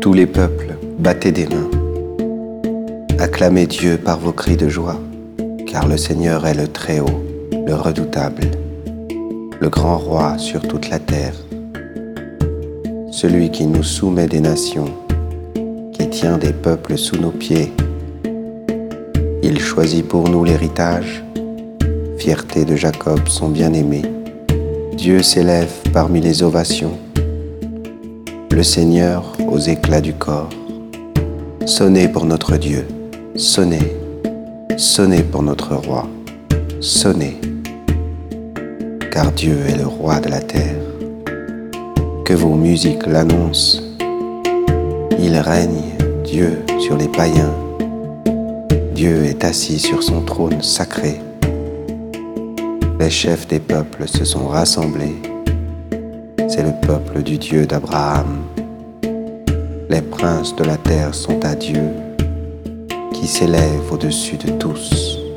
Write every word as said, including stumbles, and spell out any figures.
Tous les peuples, battez des mains. Acclamez Dieu par vos cris de joie, car le Seigneur est le Très-Haut, le Redoutable, le grand roi sur toute la terre, celui qui nous soumet des nations, qui tient des peuples sous nos pieds. Il choisit pour nous l'héritage, fierté de Jacob son bien-aimé. Dieu s'élève parmi les ovations, le Seigneur aux éclats du corps. Sonnez pour notre Dieu, sonnez, sonnez pour notre roi, sonnez, car Dieu est le roi de la terre. Que vos musiques l'annoncent, il règne, Dieu, sur les païens. Dieu est assis sur son trône sacré. Les chefs des peuples se sont rassemblés. C'est le peuple du Dieu d'Abraham. Les princes de la terre sont à Dieu, qui s'élève au-dessus de tous.